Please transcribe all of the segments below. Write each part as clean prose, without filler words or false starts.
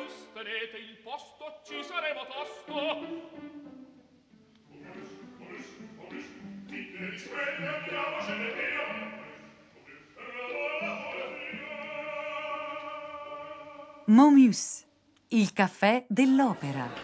tenete il posto, ci saremo tosto. Momus, il caffè dell'opera.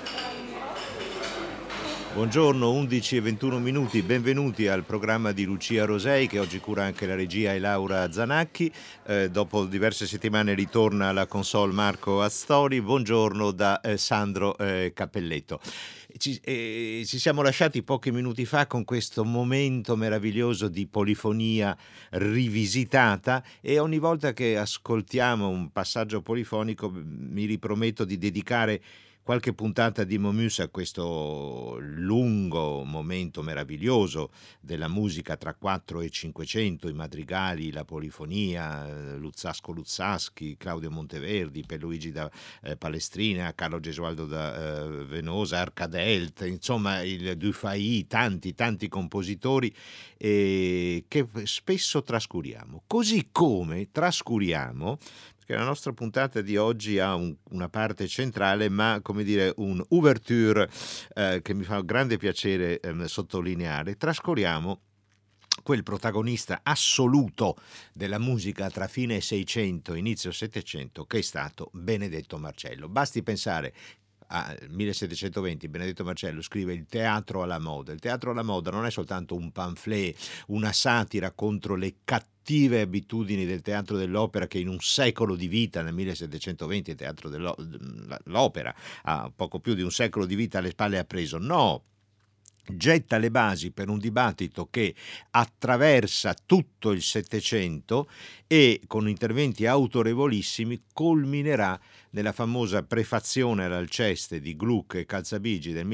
Buongiorno, 11 e 21 minuti, benvenuti al programma di Lucia Rosei che oggi cura anche la regia e Laura Zanacchi. Dopo diverse settimane ritorna alla console Marco Astori. Buongiorno da Sandro Cappelletto. Ci siamo lasciati pochi minuti fa con questo momento meraviglioso di polifonia rivisitata e ogni volta che ascoltiamo un passaggio polifonico mi riprometto di dedicare qualche puntata di Momus a questo lungo momento meraviglioso della musica tra 4 e 500, i madrigali, la polifonia, Luzzasco-Luzzaschi, Claudio Monteverdi, Pierluigi da Palestrina, Carlo Gesualdo da Venosa, Arcadelt, insomma il Dufay, tanti compositori che spesso trascuriamo. Così come trascuriamo che la nostra puntata di oggi ha una parte centrale, ma come dire un ouverture che mi fa grande piacere sottolineare. Trascorriamo quel protagonista assoluto della musica tra fine 600 e inizio 700 che è stato Benedetto Marcello. Basti pensare al 1720 Benedetto Marcello scrive Il teatro alla moda. Il teatro alla moda non è soltanto un pamphlet, una satira contro le cattive abitudini del teatro dell'opera che in un secolo di vita, nel 1720 il teatro dell'opera ha poco più di un secolo di vita alle spalle ha preso. No, getta le basi per un dibattito che attraversa tutto il Settecento e con interventi autorevolissimi culminerà nella famosa prefazione all'Alceste di Gluck e Calzabigi del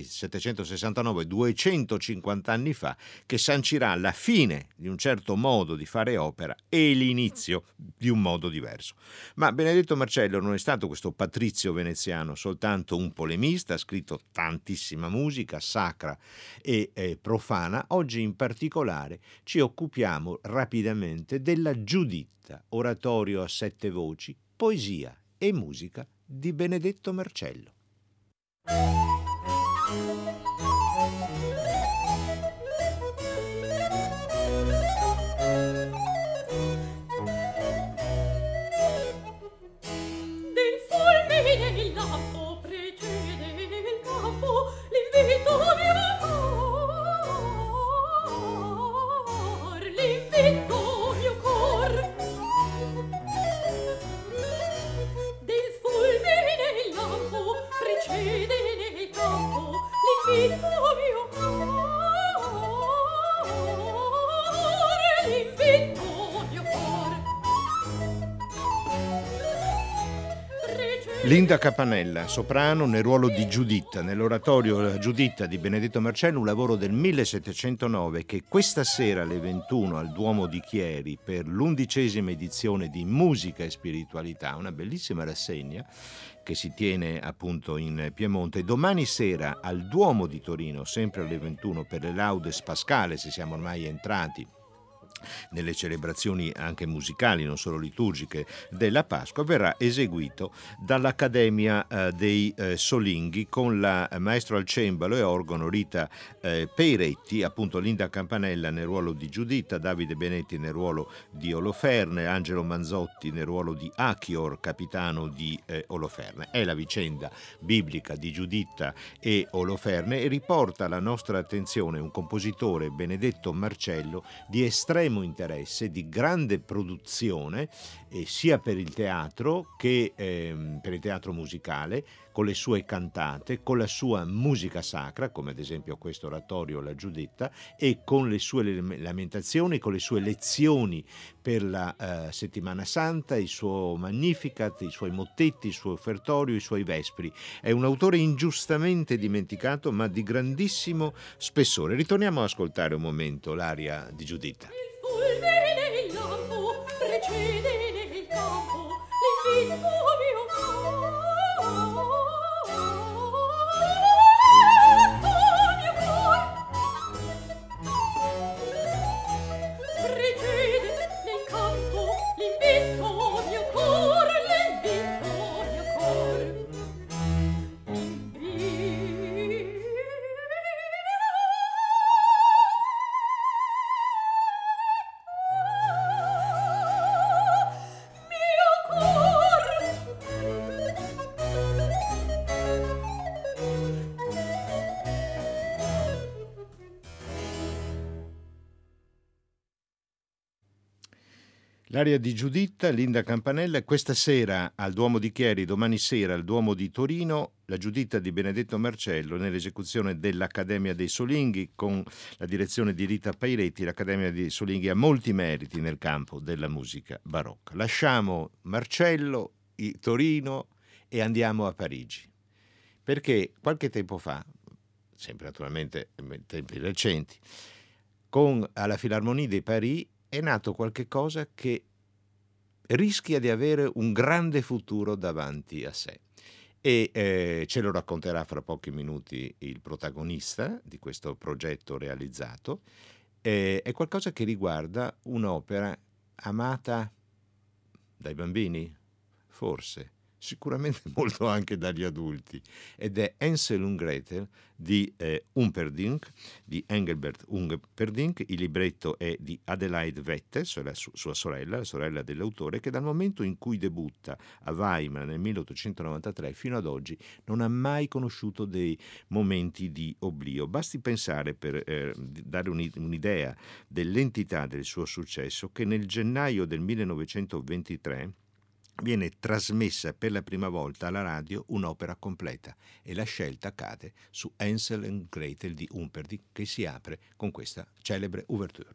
1769, 250 anni fa, che sancirà la fine di un certo modo di fare opera e l'inizio di un modo diverso. Ma Benedetto Marcello non è stato questo patrizio veneziano, soltanto un polemista, ha scritto tantissima musica sacra e profana. Oggi in particolare ci occupiamo rapidamente della Giuditta, oratorio a 7 voci, poesia e musica di Benedetto Marcello. Del fulmine il lampo precede il campo, l'invito mio cor, l'invito mio cor. Del fulmine il lampo precede nel campo, l'invito mio cor, l'invito mio cor. Linda Capanella, soprano nel ruolo di Giuditta, nell'oratorio Giuditta di Benedetto Marcello, un lavoro del 1709 che questa sera alle 21 al Duomo di Chieri per l'11ª edizione di Musica e Spiritualità, una bellissima rassegna che si tiene appunto in Piemonte. Domani sera al Duomo di Torino, sempre alle 21 per le Laudes Pascale, se siamo ormai entrati nelle celebrazioni anche musicali, non solo liturgiche, della Pasqua, verrà eseguito dall'Accademia dei Solinghi con la maestro al cembalo e organo Rita Peiretti, appunto Linda Campanella nel ruolo di Giuditta, Davide Benetti nel ruolo di Oloferne, Angelo Manzotti nel ruolo di Achior, capitano di Oloferne. È la vicenda biblica di Giuditta e Oloferne e riporta alla nostra attenzione un compositore, Benedetto Marcello, di estremo interesse, di grande produzione, sia per il teatro che per il teatro musicale, con le sue cantate, con la sua musica sacra, come ad esempio questo oratorio La Giuditta, e con le sue lamentazioni, con le sue lezioni per la Settimana Santa, il suo Magnificat, i suoi mottetti, il suo offertorio, i suoi vespri. È un autore ingiustamente dimenticato, ma di grandissimo spessore. Ritorniamo ad ascoltare un momento l'aria di Giuditta. Fulmine il lampo precede nel campo, l'invito mio cor, mio cor. Precede nel campo, l'invito mio cor, l'invito mio cor. L'aria di Giuditta, Linda Campanella, questa sera al Duomo di Chieri, domani sera al Duomo di Torino, la Giuditta di Benedetto Marcello nell'esecuzione dell'Accademia dei Solinghi con la direzione di Rita Pairetti. L'Accademia dei Solinghi ha molti meriti nel campo della musica barocca. Lasciamo Marcello, Torino e andiamo a Parigi, perché qualche tempo fa, sempre naturalmente in tempi recenti, alla Philharmonie de Paris è nato qualche cosa che rischia di avere un grande futuro davanti a sé. E ce lo racconterà fra pochi minuti il protagonista di questo progetto realizzato. È qualcosa che riguarda un'opera amata dai bambini, forse, sicuramente molto anche dagli adulti, ed è Hansel und Gretel di Humperdinck, di Engelbert Humperdinck. Il libretto è di Adelaide Wetters, sua sorella, la sorella dell'autore, che dal momento in cui debutta a Weimar nel 1893 fino ad oggi non ha mai conosciuto dei momenti di oblio. Basti pensare, per dare un'idea dell'entità del suo successo, che nel gennaio del 1923 viene trasmessa per la prima volta alla radio un'opera completa e la scelta cade su Hansel und Gretel di Humperdinck, che si apre con questa celebre ouverture.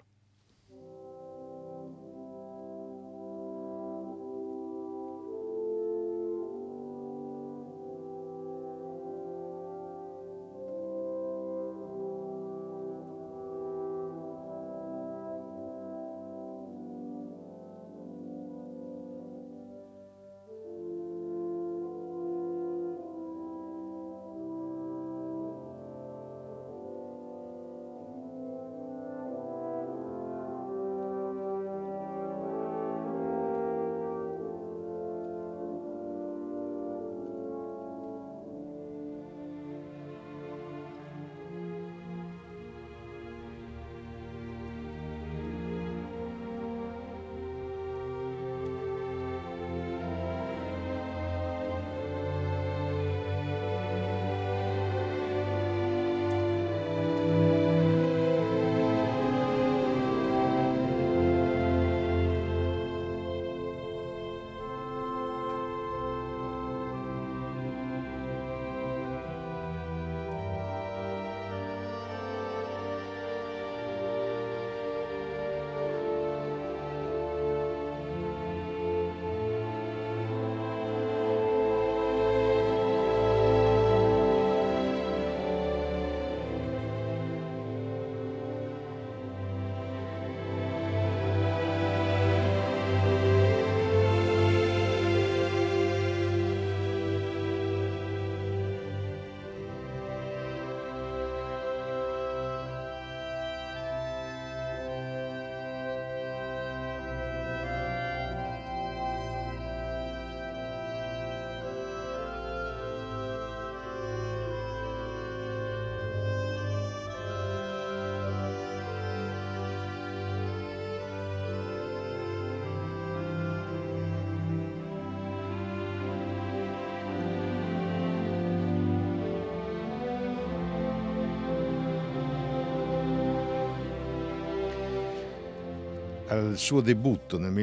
Al suo debutto nel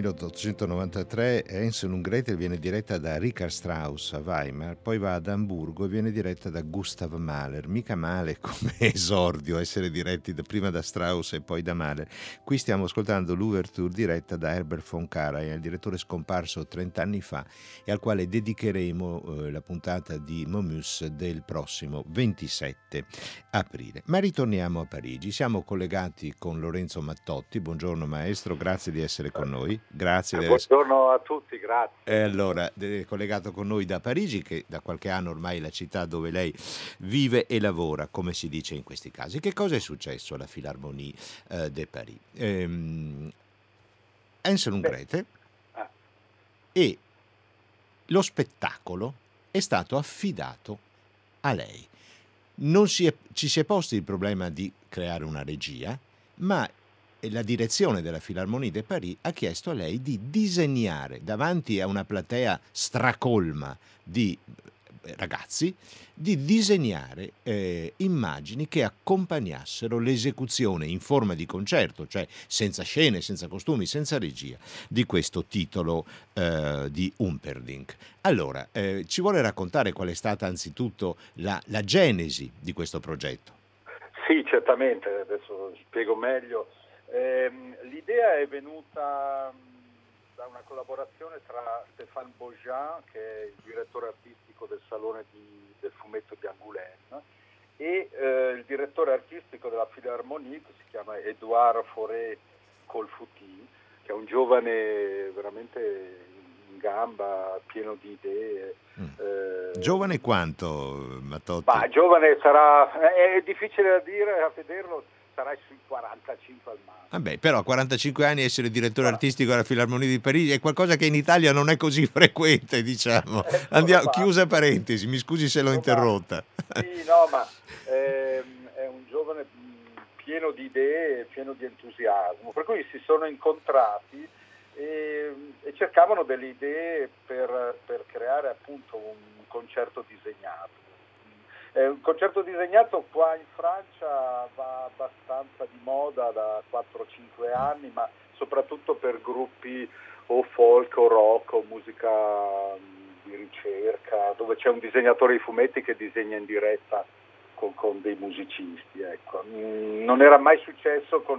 1893 Hansel und Gretel viene diretta da Richard Strauss a Weimar, poi va ad Amburgo e viene diretta da Gustav Mahler. Mica male come esordio essere diretti prima da Strauss e poi da Mahler. Qui stiamo ascoltando l'ouverture diretta da Herbert von Karajan, il direttore scomparso 30 anni fa e al quale dedicheremo la puntata di Momus del prossimo 27 aprile. Ma ritorniamo a Parigi. Siamo collegati con Lorenzo Mattotti. Buongiorno maestro. Grazie di essere con noi. Grazie. Buongiorno a tutti, grazie. E allora, collegato con noi da Parigi, che da qualche anno ormai è la città dove lei vive e lavora, come si dice in questi casi. Che cosa è successo alla Philharmonie de Paris? Hansel und Gretel e lo spettacolo è stato affidato a lei. Ci si è posto il problema di creare una regia, ma la direzione della Philharmonie de Paris ha chiesto a lei di disegnare davanti a una platea stracolma di ragazzi di disegnare immagini che accompagnassero l'esecuzione in forma di concerto, cioè senza scene, senza costumi, senza regia, di questo titolo di Humperdinck. Allora, ci vuole raccontare qual è stata anzitutto la genesi di questo progetto? Sì, certamente, adesso spiego meglio. L'idea è venuta da una collaborazione tra Stéphane Beaujean, che è il direttore artistico del Salone del Fumetto di Angoulême, e il direttore artistico della Philharmonie, che si chiama Édouard Fauré-Colfouti, che è un giovane veramente in gamba, pieno di idee. Giovane quanto, Mattotti? Giovane sarà, è difficile da dire, a vederlo sarà sui 45 al massimo. Vabbè, però a 45 anni essere direttore artistico della Filarmonia di Parigi è qualcosa che in Italia non è così frequente, diciamo. Andiamo, chiusa parentesi, mi scusi se l'ho interrotta. Sì, no, ma è un giovane pieno di idee e pieno di entusiasmo, per cui si sono incontrati e cercavano delle idee per creare appunto un concerto disegnato. Un concerto disegnato qua in Francia va abbastanza di moda da 4-5 anni, ma soprattutto per gruppi o folk o rock o musica di ricerca, dove c'è un disegnatore di fumetti che disegna in diretta con dei musicisti. Ecco. Non era mai successo con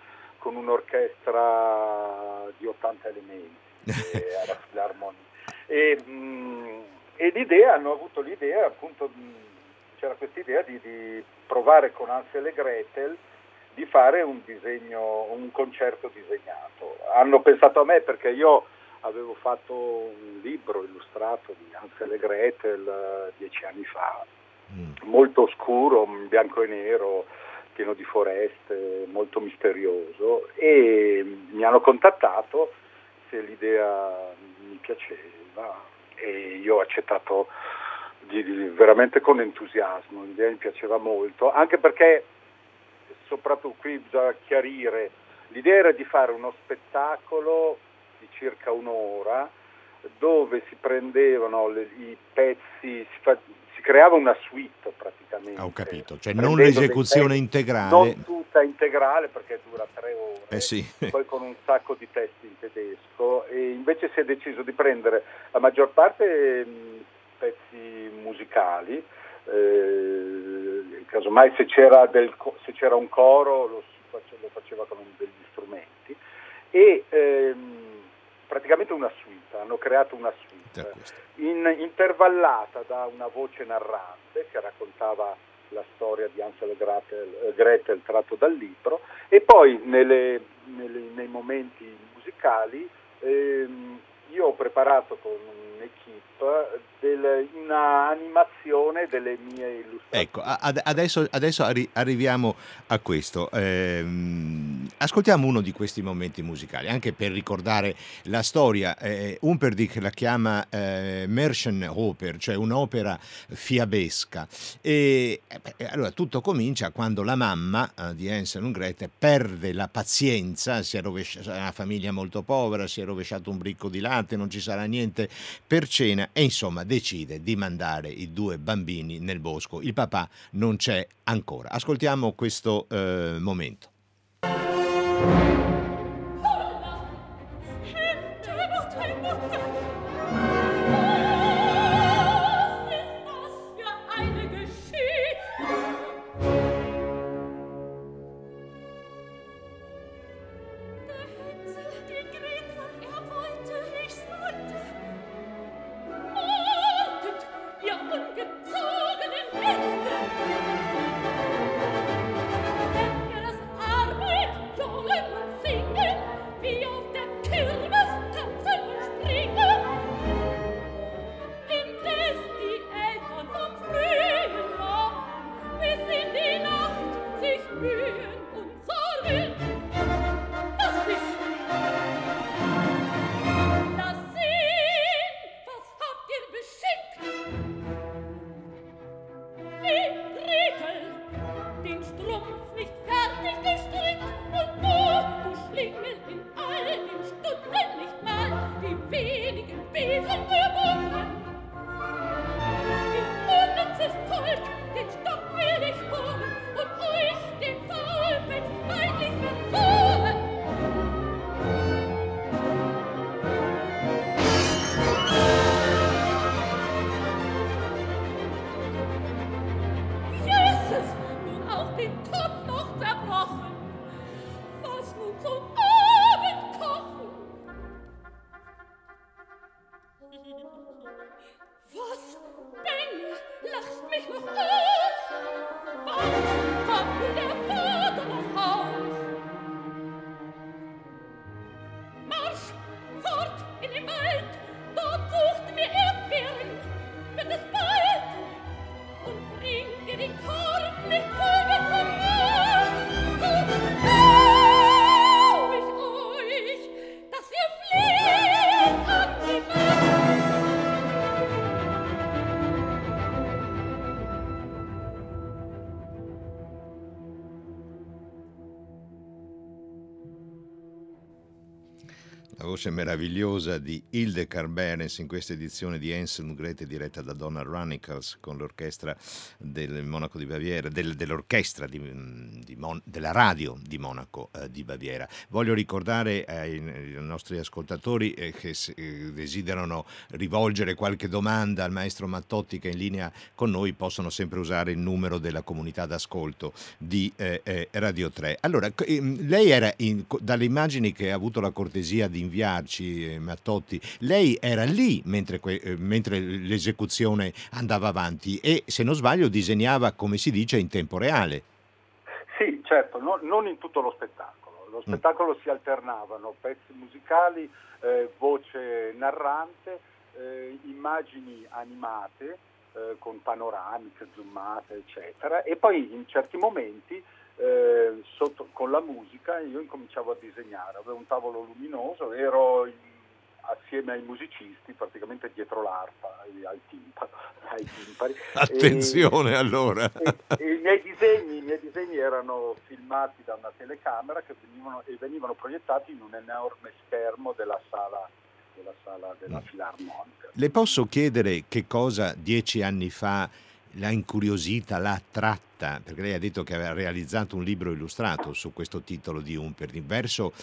un'orchestra di 80 elementi alla Philharmonie. E l'idea, hanno avuto l'idea appunto. C'era questa idea di provare con Hansel e Gretel di fare un concerto disegnato. Hanno pensato a me perché io avevo fatto un libro illustrato di Hansel e Gretel 10 anni fa, molto oscuro, in bianco e nero, pieno di foreste, molto misterioso, e mi hanno contattato se l'idea mi piaceva e io ho accettato veramente con entusiasmo. L'idea mi piaceva molto, anche perché, soprattutto qui bisogna chiarire, l'idea era di fare uno spettacolo di circa un'ora dove si prendevano i pezzi, si creava una suite praticamente. Ho capito, cioè non l'esecuzione integrale. Non tutta integrale perché dura 3 ore, sì. Poi con un sacco di testi in tedesco, e invece si è deciso di prendere la maggior parte pezzi musicali, casomai se c'era un coro lo faceva con degli strumenti, e praticamente una suite, hanno creato una suite intervallata da una voce narrante che raccontava la storia di Hansel e Gretel tratto dal libro, e poi nei momenti musicali io ho preparato con un'equipe una animazione delle mie illustrazioni. Ecco, adesso arriviamo a questo. Ascoltiamo uno di questi momenti musicali, anche per ricordare la storia. Humperdinck la chiama Märchenoper, cioè un'opera fiabesca. Allora tutto comincia quando la mamma di Hansel e Gretel perde la pazienza, si è rovesciata, una famiglia molto povera, si è rovesciato un bricco di latte, non ci sarà niente per cena, e insomma decide di mandare i 2 bambini nel bosco. Il papà non c'è ancora. Ascoltiamo questo momento. Volk, den Stock will ich holen und euch den Faulpelz feindlich verkohlen. Jesus, nun auch den Topf noch zerbrochen. Was nun zum Abend kochen? Was, Beng, lachst mich noch aus? Wann kommt nun der Vater noch aus? Marsch, fort in den Wald, dort sucht mir Erdbeeren, wird es bald. Und bringt ihr den Korb nicht zu mir zurück, so hau ich euch, dass ihr flieht an die Wand. La voce meravigliosa di Hildegard Behrens in questa edizione di Hansel und Gretel diretta da Donald Runnicles con l'orchestra del Monaco di Baviera, dell'orchestra della radio di Monaco di Baviera. Voglio ricordare ai nostri ascoltatori che desiderano rivolgere qualche domanda al maestro Mattotti, che è in linea con noi, possono sempre usare il numero della comunità d'ascolto di Radio 3. Allora, lei era dalle immagini che ha avuto la cortesia di inviarci, Mattotti, lei era lì mentre l'esecuzione andava avanti e, se non sbaglio, disegnava, come si dice, in tempo reale. Sì, certo, non in tutto lo spettacolo. Lo spettacolo si alternavano pezzi musicali, voce narrante, immagini animate, con panoramiche, zoomate, eccetera, e poi in certi momenti con la musica io incominciavo a disegnare. Avevo un tavolo luminoso, ero assieme ai musicisti praticamente dietro l'arpa ai timpani. Attenzione, allora. I miei disegni erano filmati da una telecamera che venivano proiettati in un enorme schermo della sala della Filarmonica. Le posso chiedere che cosa 10 anni fa l'ha incuriosita, l'ha attratta? Perché lei ha detto che aveva realizzato un libro illustrato su questo titolo di Humperdinck, verso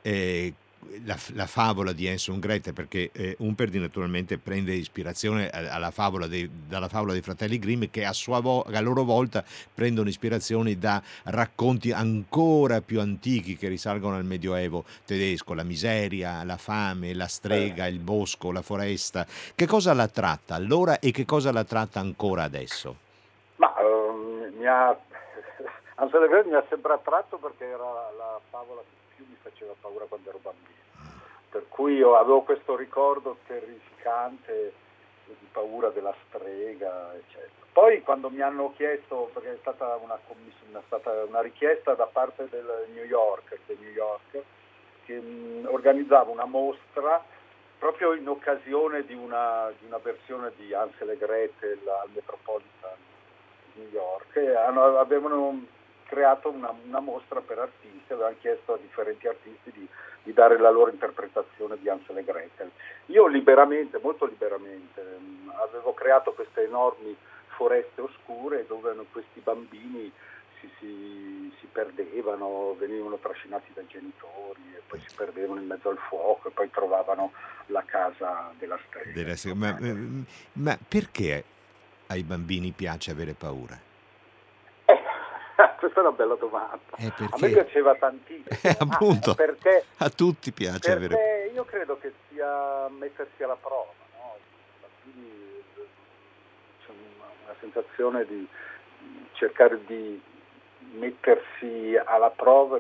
la favola di Hansel und Gretel, perché Humperdinck naturalmente prende ispirazione dalla favola dei fratelli Grimm, che a loro volta prendono ispirazioni da racconti ancora più antichi che risalgono al Medioevo tedesco: la miseria, la fame, la strega, il bosco, la foresta. Che cosa l'ha attratta allora e che cosa l'ha attratta ancora adesso? Ma Hansel und Gretel mi ha sempre attratto perché era la favola che più mi faceva paura quando ero bambino, per cui io avevo questo ricordo terrificante di paura della strega, eccetera. Poi quando mi hanno chiesto, perché è stata una richiesta da parte del New Yorker, che organizzava una mostra proprio in occasione di una versione di Hansel e Gretel al Metropolitan di New York, e avevano creato una mostra per artisti, avevano chiesto a differenti artisti di dare la loro interpretazione di Hansel e Gretel. Io molto liberamente, avevo creato queste enormi foreste oscure dove questi bambini si perdevano, venivano trascinati dai genitori e poi si perdevano in mezzo al fuoco e poi trovavano la casa della strega. Ma perché ai bambini piace avere paura? Questa è una bella domanda. Perché? A me piaceva tantissimo. Appunto, perché a tutti piace avere paura. Perché io credo che sia mettersi alla prova, no? Quindi c'è una sensazione di cercare di mettersi alla prova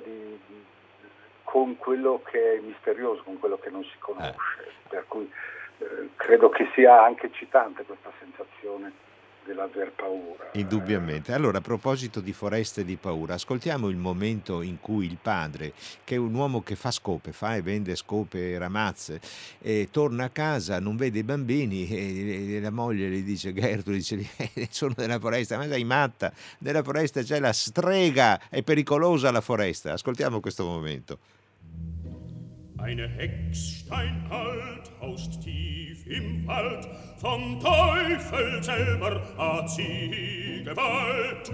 con quello che è misterioso, con quello che non si conosce. Per cui credo che sia anche eccitante questa sensazione dell'aver paura. Indubbiamente. Allora, a proposito di foreste di paura, ascoltiamo il momento in cui il padre, che è un uomo che fa scope, fa e vende scope e ramazze, e torna a casa, non vede i bambini e la moglie gli dice, Gertrude, sono della foresta. Ma sei matta? Nella foresta c'è la strega, è pericolosa la foresta. Ascoltiamo questo momento. Eine Hex steinalt haust tief im Wald, vom Teufel selber hat sie Gewalt.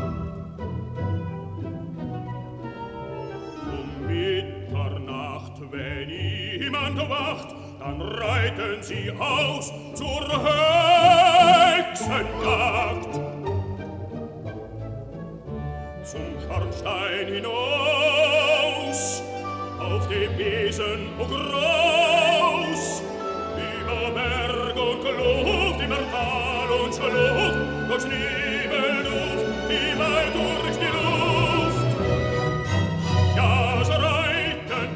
Um Mitternacht, wenn niemand wacht, dann reiten sie aus zur Hexenjagd. Zum Schornstein hinaus, auf dem Besen o Graus, über Berg und Kluft, über Tal und Schlucht, durchs Nebelduft, überall durch die Luft. Ja, so reiten,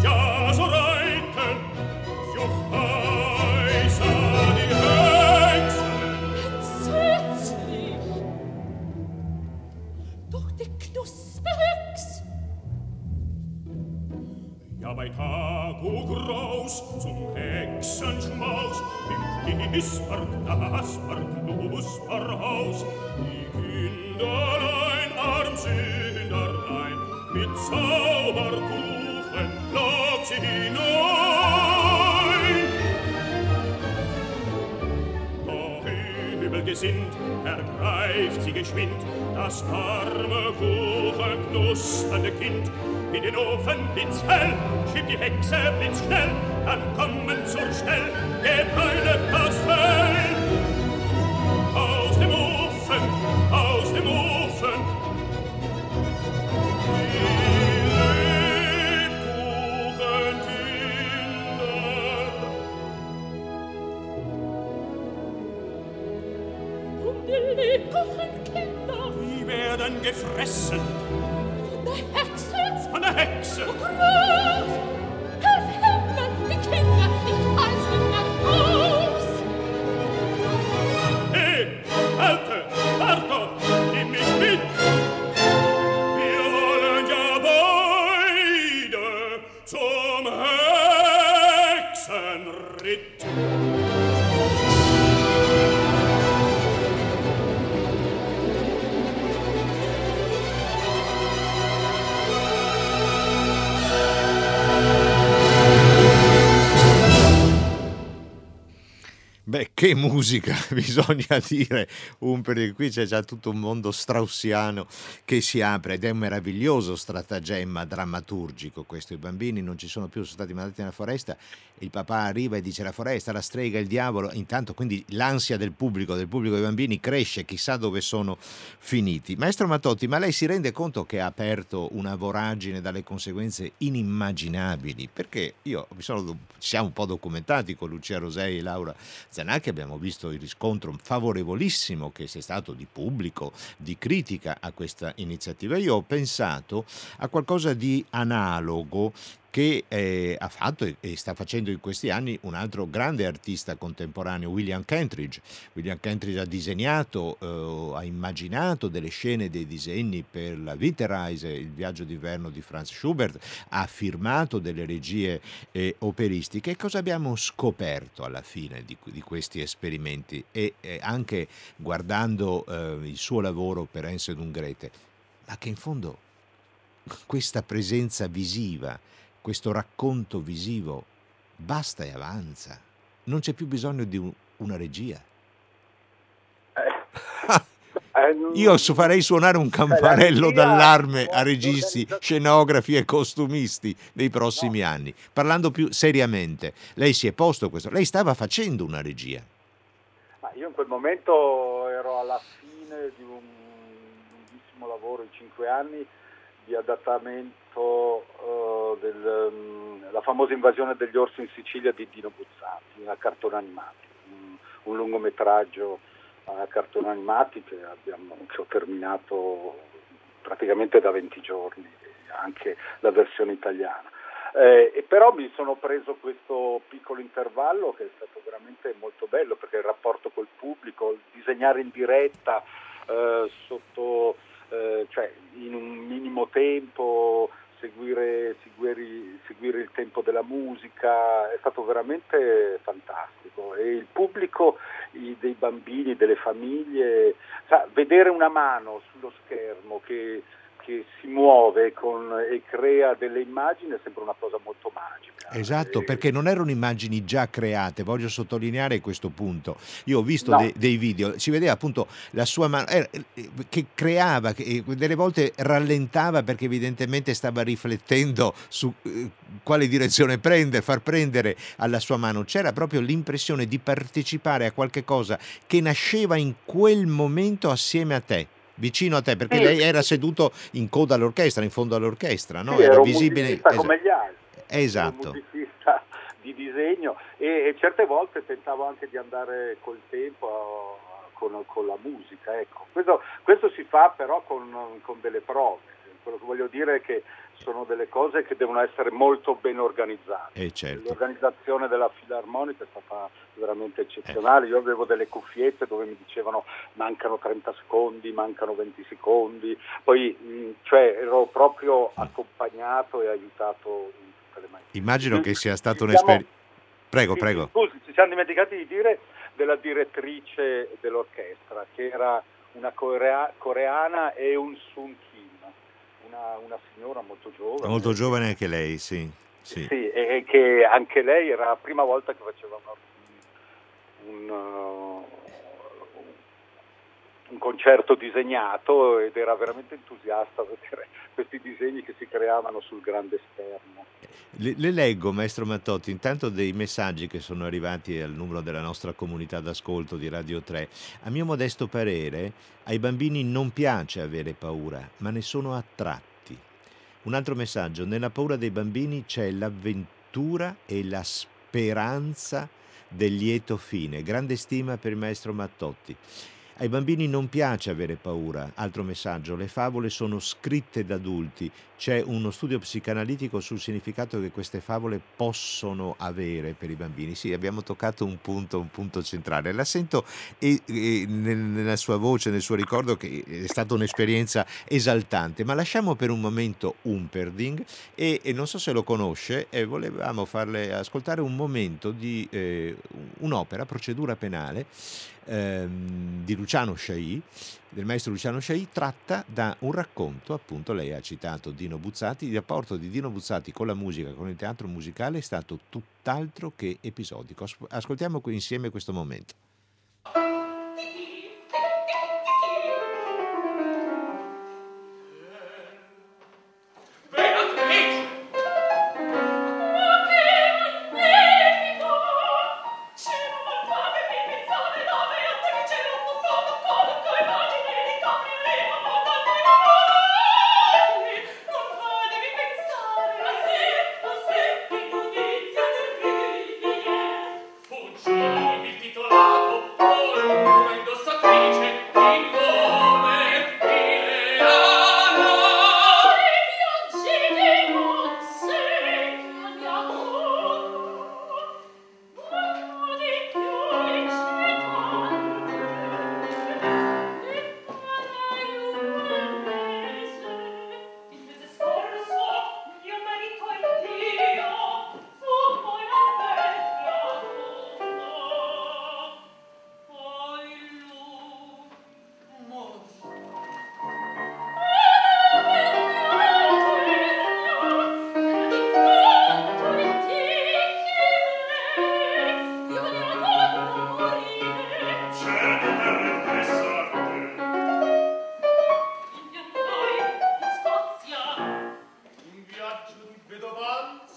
Juch heißa die Hexen. Entsetzlich! Doch die Knusperhex! Ja, bei Tag o Graus zum Hexenschmaus, im Knisper, Knasper, Knusperhaus, die Kinderlein, Armsünderlein, mit Zauberkuchen lockt sie hinein. Doch übelgesinnt ergreift sie geschwind das arme, kuchenknuspernde Kind. In den Ofen blitzhell, schiebt die Hexe blitzschnell, dann kommen zur Stell Gebräune das Fell. Aus dem Ofen, aus dem Ofen, die Lebkuchenkinder. Und die Lebkuchenkinder Die werden gefressen von der Hexe. von der Hexe. Groß! Hilf Himmel, die Kinder, ich heiße nach Haus! Hey, Alte, warte, nimm mich mit. Wir wollen ja beide zum Hexenritt. Beh, che musica, bisogna dire, perché qui c'è già tutto un mondo straussiano che si apre ed è un meraviglioso stratagemma drammaturgico questo. I bambini non ci sono più, sono stati mandati nella foresta, il papà arriva e dice la foresta, la strega, il diavolo, intanto quindi l'ansia del pubblico dei bambini cresce, chissà dove sono finiti. Maestro Mattotti, ma lei si rende conto che ha aperto una voragine dalle conseguenze inimmaginabili? Perché ci siamo un po' documentati con Lucia Rosei e Laura Zanacchi, abbiamo visto il riscontro favorevolissimo che sia stato di pubblico, di critica a questa iniziativa. Io ho pensato a qualcosa di analogo che ha fatto e sta facendo in questi anni un altro grande artista contemporaneo, William Kentridge. William Kentridge ha disegnato, ha immaginato delle scene, dei disegni per la Winterreise, il viaggio d'inverno di Franz Schubert, ha firmato delle regie operistiche. Cosa abbiamo scoperto alla fine di questi esperimenti? E anche guardando il suo lavoro per Hänsel und Gretel, ma che in fondo questa presenza visiva, questo racconto visivo basta e avanza, non c'è più bisogno di una regia. Io farei suonare un campanello d'allarme a registi, scenografi e costumisti nei prossimi anni. Parlando più seriamente, lei si è posto questo, lei stava facendo una regia. Ma io in quel momento ero alla fine di un lunghissimo lavoro in 5 anni di adattamento della famosa invasione degli orsi in Sicilia di Dino Buzzati, a cartoni animati, un lungometraggio a cartoni animati che ho terminato praticamente da 20 giorni, anche la versione italiana. E però mi sono preso questo piccolo intervallo che è stato veramente molto bello, perché il rapporto col pubblico, disegnare in diretta cioè in un minimo tempo, seguire il tempo della musica, è stato veramente fantastico. E il pubblico, dei bambini, delle famiglie, vedere una mano sullo schermo che si muove e crea delle immagini è sempre una cosa molto magica. Esatto, perché non erano immagini già create, voglio sottolineare questo punto. Io ho visto No. dei video, si vedeva appunto la sua mano che creava, che delle volte rallentava perché evidentemente stava riflettendo su quale direzione far prendere alla sua mano. C'era proprio l'impressione di partecipare a qualche cosa che nasceva in quel momento assieme a te. Vicino a te, perché Sì, lei era seduto in coda all'orchestra, in fondo all'orchestra, no? sì, Era ero un visibile. musicista come gli altri. Ero un Esatto. musicista di disegno e certe volte tentavo anche di andare col tempo con la musica, ecco. Questo si fa però con delle prove. Quello che voglio dire è che sono delle cose che devono essere molto ben organizzate. Certo. L'organizzazione della filarmonica è stata veramente eccezionale. Io avevo delle cuffiette dove mi dicevano mancano 30 secondi, mancano 20 secondi, poi cioè ero proprio accompagnato e aiutato in tutte le maniere. Immagino che sia stata un'esperienza. Prego, prego. Scusi, ci siamo dimenticati di dire della direttrice dell'orchestra, che era una coreana e un Sun Kim, una signora molto giovane. Molto giovane anche lei, sì. Sì, e che anche lei era la prima volta che faceva un concerto disegnato ed era veramente entusiasta a vedere questi disegni che si creavano sul grande schermo. Le leggo, maestro Mattotti, intanto dei messaggi che sono arrivati al numero della nostra comunità d'ascolto di Radio 3. A mio modesto parere, ai bambini non piace avere paura, ma ne sono attratti. Un altro messaggio: nella paura dei bambini c'è l'avventura e la speranza del lieto fine. Grande stima per il maestro Mattotti. Ai bambini non piace avere paura. Altro messaggio: le favole sono scritte da adulti. C'è uno studio psicanalitico sul significato che queste favole possono avere per i bambini. Sì, abbiamo toccato un punto centrale. La sento nella sua voce, nel suo ricordo, che è stata un'esperienza esaltante. Ma lasciamo per un momento Humperdinck e non so se lo conosce, volevamo farle ascoltare un momento di un'opera, Procedura penale, di Luciano Sciai, del maestro Luciano Sciai, tratta da un racconto, appunto lei ha citato Dino Buzzati. Il rapporto di Dino Buzzati con la musica, con il teatro musicale è stato tutt'altro che episodico. Ascoltiamo insieme questo momento. Il titolato, una indossatrice, in nome di Leana. Un viaggio di vedovanza.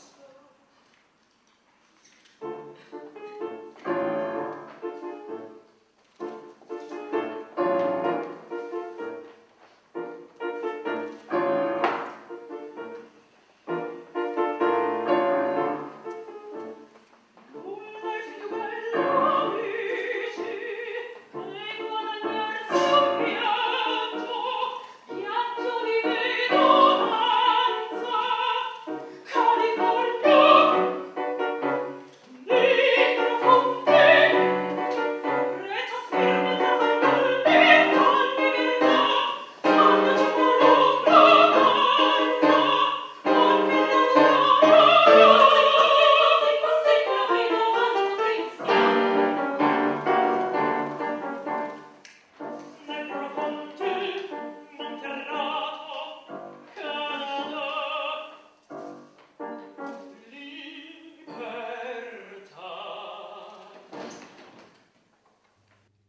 Lui è più bello amici,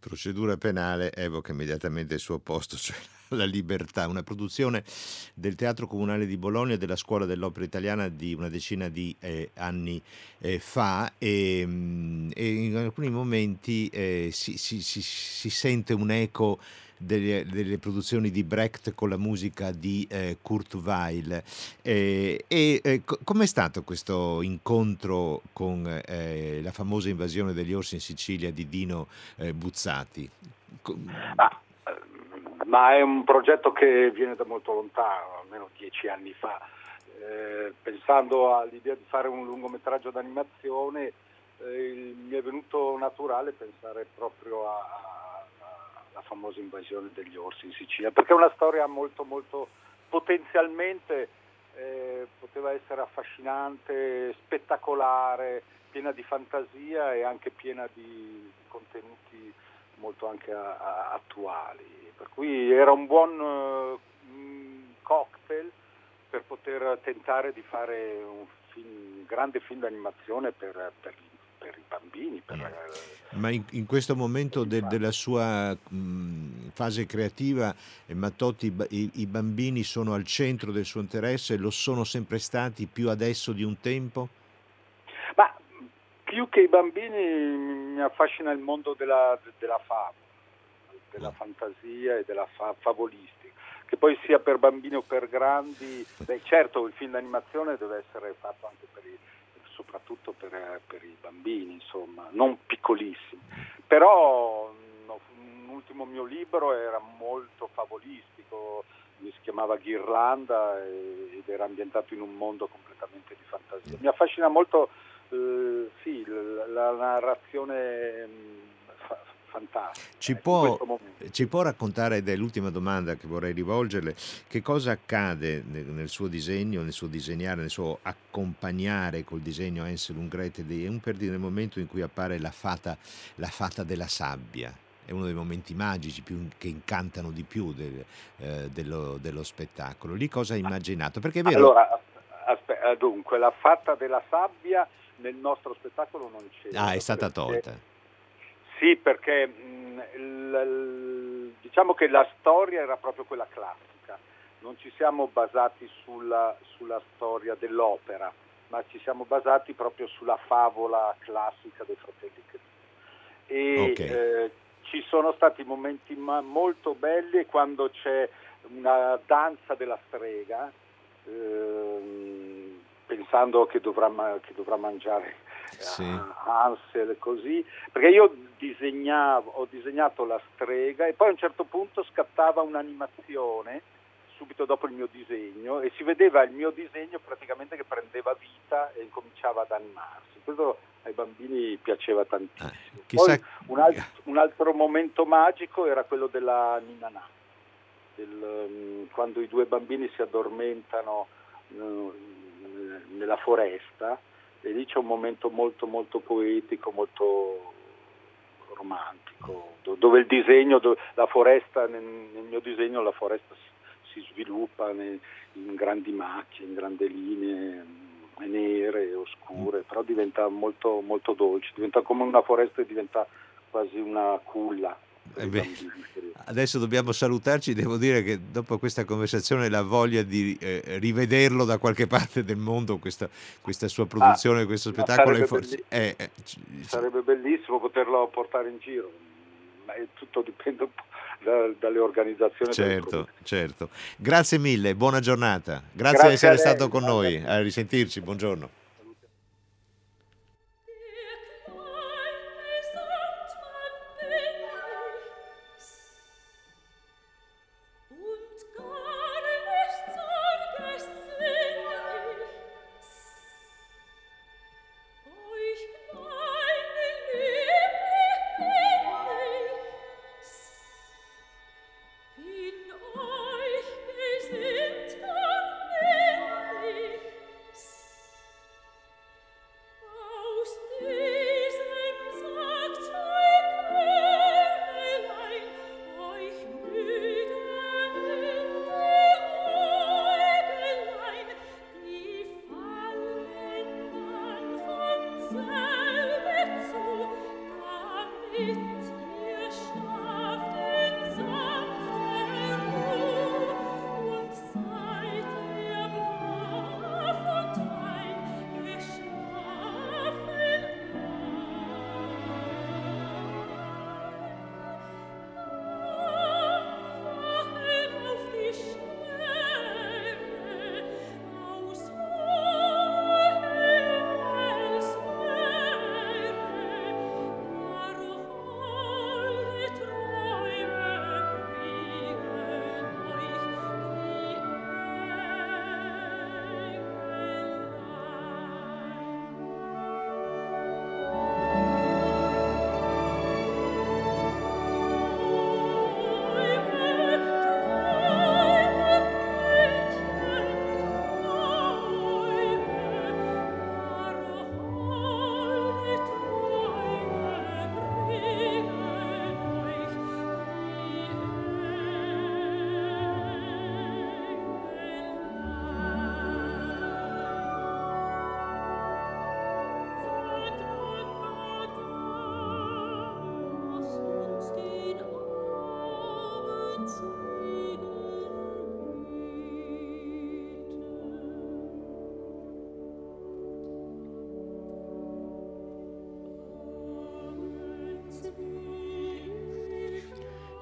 Procedura penale evoca immediatamente il suo opposto, cioè la libertà, una produzione del Teatro Comunale di Bologna, della Scuola dell'Opera Italiana di una decina di anni fa, e in alcuni momenti si sente un eco delle produzioni di Brecht con la musica di Kurt Weill. Com'è stato questo incontro con la famosa invasione degli orsi in Sicilia di Dino Buzzati? Ma è un progetto che viene da molto lontano, almeno 10 anni fa. Pensando all'idea di fare un lungometraggio d'animazione, mi è venuto naturale pensare proprio alla famosa invasione degli orsi in Sicilia, perché è una storia molto molto potenzialmente poteva essere affascinante, spettacolare, piena di fantasia e anche piena di contenuti molto anche attuali, per cui era un buon cocktail per poter tentare di fare un grande film d'animazione per i bambini. Ma in questo momento della sua fase creativa, Mattotti, i bambini sono al centro del suo interesse, lo sono sempre stati, più adesso di un tempo? Ma più che i bambini mi affascina il mondo della favola, della fantasia e della favolistica, che poi sia per bambini o per grandi. Certo, il film d'animazione deve essere fatto anche soprattutto per i bambini, insomma, non piccolissimi. Però un ultimo mio libro era molto favolistico, si chiamava Ghirlanda ed era ambientato in un mondo completamente di fantasia. Mi affascina molto la narrazione fantastica. Ci può raccontare, ed è l'ultima domanda che vorrei rivolgerle, che cosa accade nel suo disegno, nel suo disegnare, nel suo accompagnare col disegno Hansel und Gretel, nel momento in cui appare la fata della sabbia? È uno dei momenti magici che incantano di più dello spettacolo. Lì cosa ha immaginato? Perché è vero. Allora, dunque, la fata della sabbia nel nostro spettacolo non c'era. È stata tolta. Sì, perché diciamo che la storia era proprio quella classica. Non ci siamo basati sulla storia dell'opera, ma ci siamo basati proprio sulla favola classica dei Fratelli Grimm. E ci sono stati momenti molto belli quando c'è una danza della strega, pensando che dovrà mangiare Hansel, così, perché io ho disegnato la strega e poi a un certo punto scattava un'animazione subito dopo il mio disegno e si vedeva il mio disegno praticamente che prendeva vita e incominciava ad animarsi. Questo ai bambini piaceva tantissimo. Poi un altro momento magico era quello della Ninanà, quando i due bambini si addormentano nella foresta, e lì c'è un momento molto molto poetico, molto romantico, dove il disegno, la foresta, nel mio disegno la foresta si sviluppa in grandi macchie, in grandi linee nere, oscure, però diventa molto molto dolce, diventa come una foresta e diventa quasi una culla. Adesso dobbiamo salutarci, devo dire che dopo questa conversazione la voglia di rivederlo da qualche parte del mondo, questa sua produzione, questo spettacolo sarebbe bellissimo poterlo portare in giro, ma tutto dipende un po' dalle organizzazioni. Certo. Grazie mille, buona giornata. Grazie di essere stato con noi, a risentirci, buongiorno.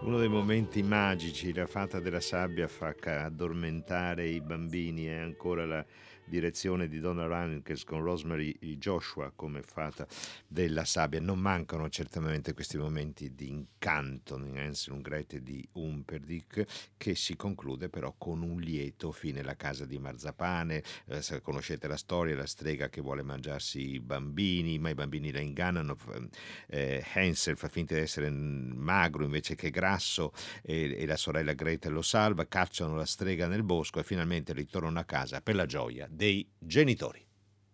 Uno dei momenti magici, la fata della sabbia fa addormentare i bambini, e ancora la direzione di Donna Reinkes con Rosemary Joshua come fata della sabbia. Non mancano certamente questi momenti di incanto in Hansel und Gretel di Humperdinck, che si conclude però con un lieto fine. La casa di marzapane, se conoscete la storia, la strega che vuole mangiarsi i bambini, ma i bambini la ingannano. Hansel fa finta di essere magro invece che grasso, e la sorella Gretel lo salva, cacciano la strega nel bosco e finalmente ritornano a casa per la gioia dei genitori.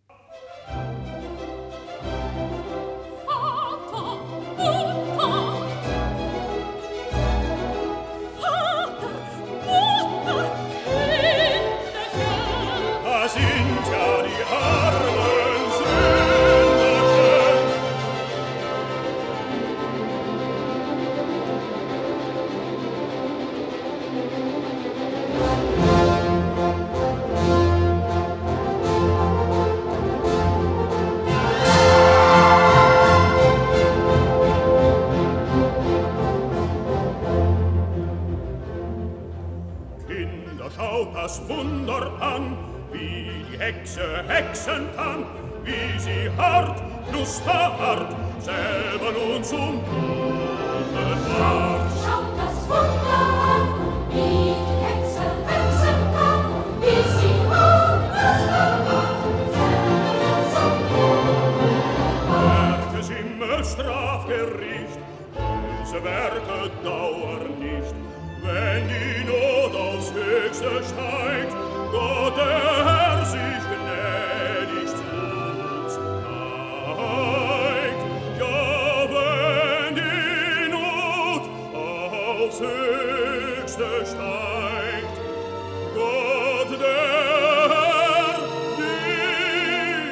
Das Wunder an, wie die Hexe hexen kann, wie sie hart plus hart selber nun zum Buche macht. Schaut das Wunder an, wie die Hexe hexen kann, wie sie hart plus hart selber zum Buche macht. Werkes Himmelstrafgericht, böse Werke dauern nicht, wenn die Not aufs Höchste steigt, Gott der Herr sich gnädig zu uns neigt. Ja, wenn die Not aufs Höchste steigt, Gott der Herr die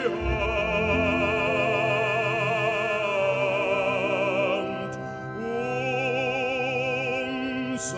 Hand uns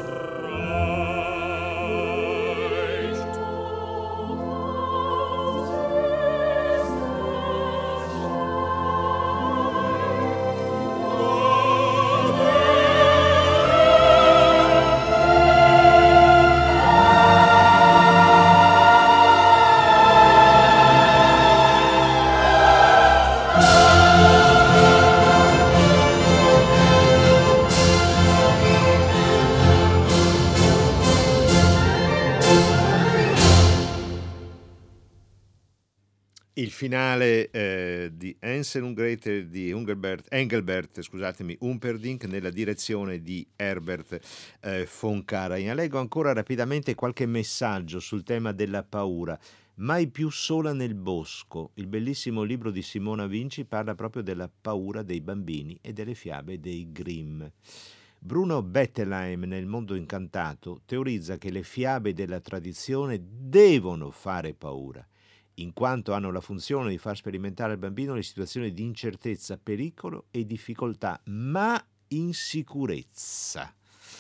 Il finale di Hansel und Gretel di Engelbert, Humperdinck, nella direzione di Herbert von Karajan. Leggo ancora rapidamente qualche messaggio sul tema della paura. Mai più sola nel bosco. Il bellissimo libro di Simona Vinci parla proprio della paura dei bambini e delle fiabe dei Grimm. Bruno Bettelheim, nel Mondo incantato, teorizza che le fiabe della tradizione devono fare paura, in quanto hanno la funzione di far sperimentare al bambino le situazioni di incertezza, pericolo e difficoltà, ma in sicurezza.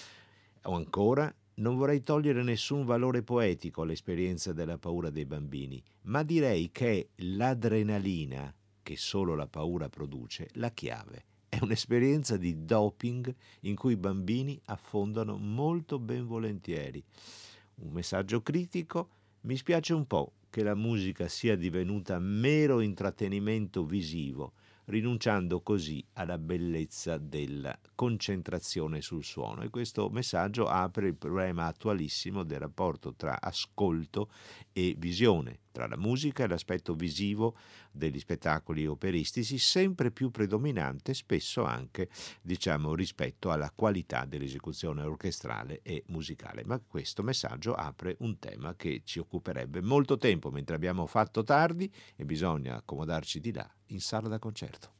O ancora, non vorrei togliere nessun valore poetico all'esperienza della paura dei bambini, ma direi che è l'adrenalina che solo la paura produce la chiave. È un'esperienza di doping in cui i bambini affondano molto ben volentieri. Un messaggio critico: mi spiace un po' che la musica sia divenuta mero intrattenimento visivo, rinunciando così alla bellezza della concentrazione sul suono. E questo messaggio apre il problema attualissimo del rapporto tra ascolto e visione, tra la musica e l'aspetto visivo degli spettacoli operistici, sempre più predominante, spesso anche, rispetto alla qualità dell'esecuzione orchestrale e musicale. Ma questo messaggio apre un tema che ci occuperebbe molto tempo, mentre abbiamo fatto tardi e bisogna accomodarci di là in sala da concerto.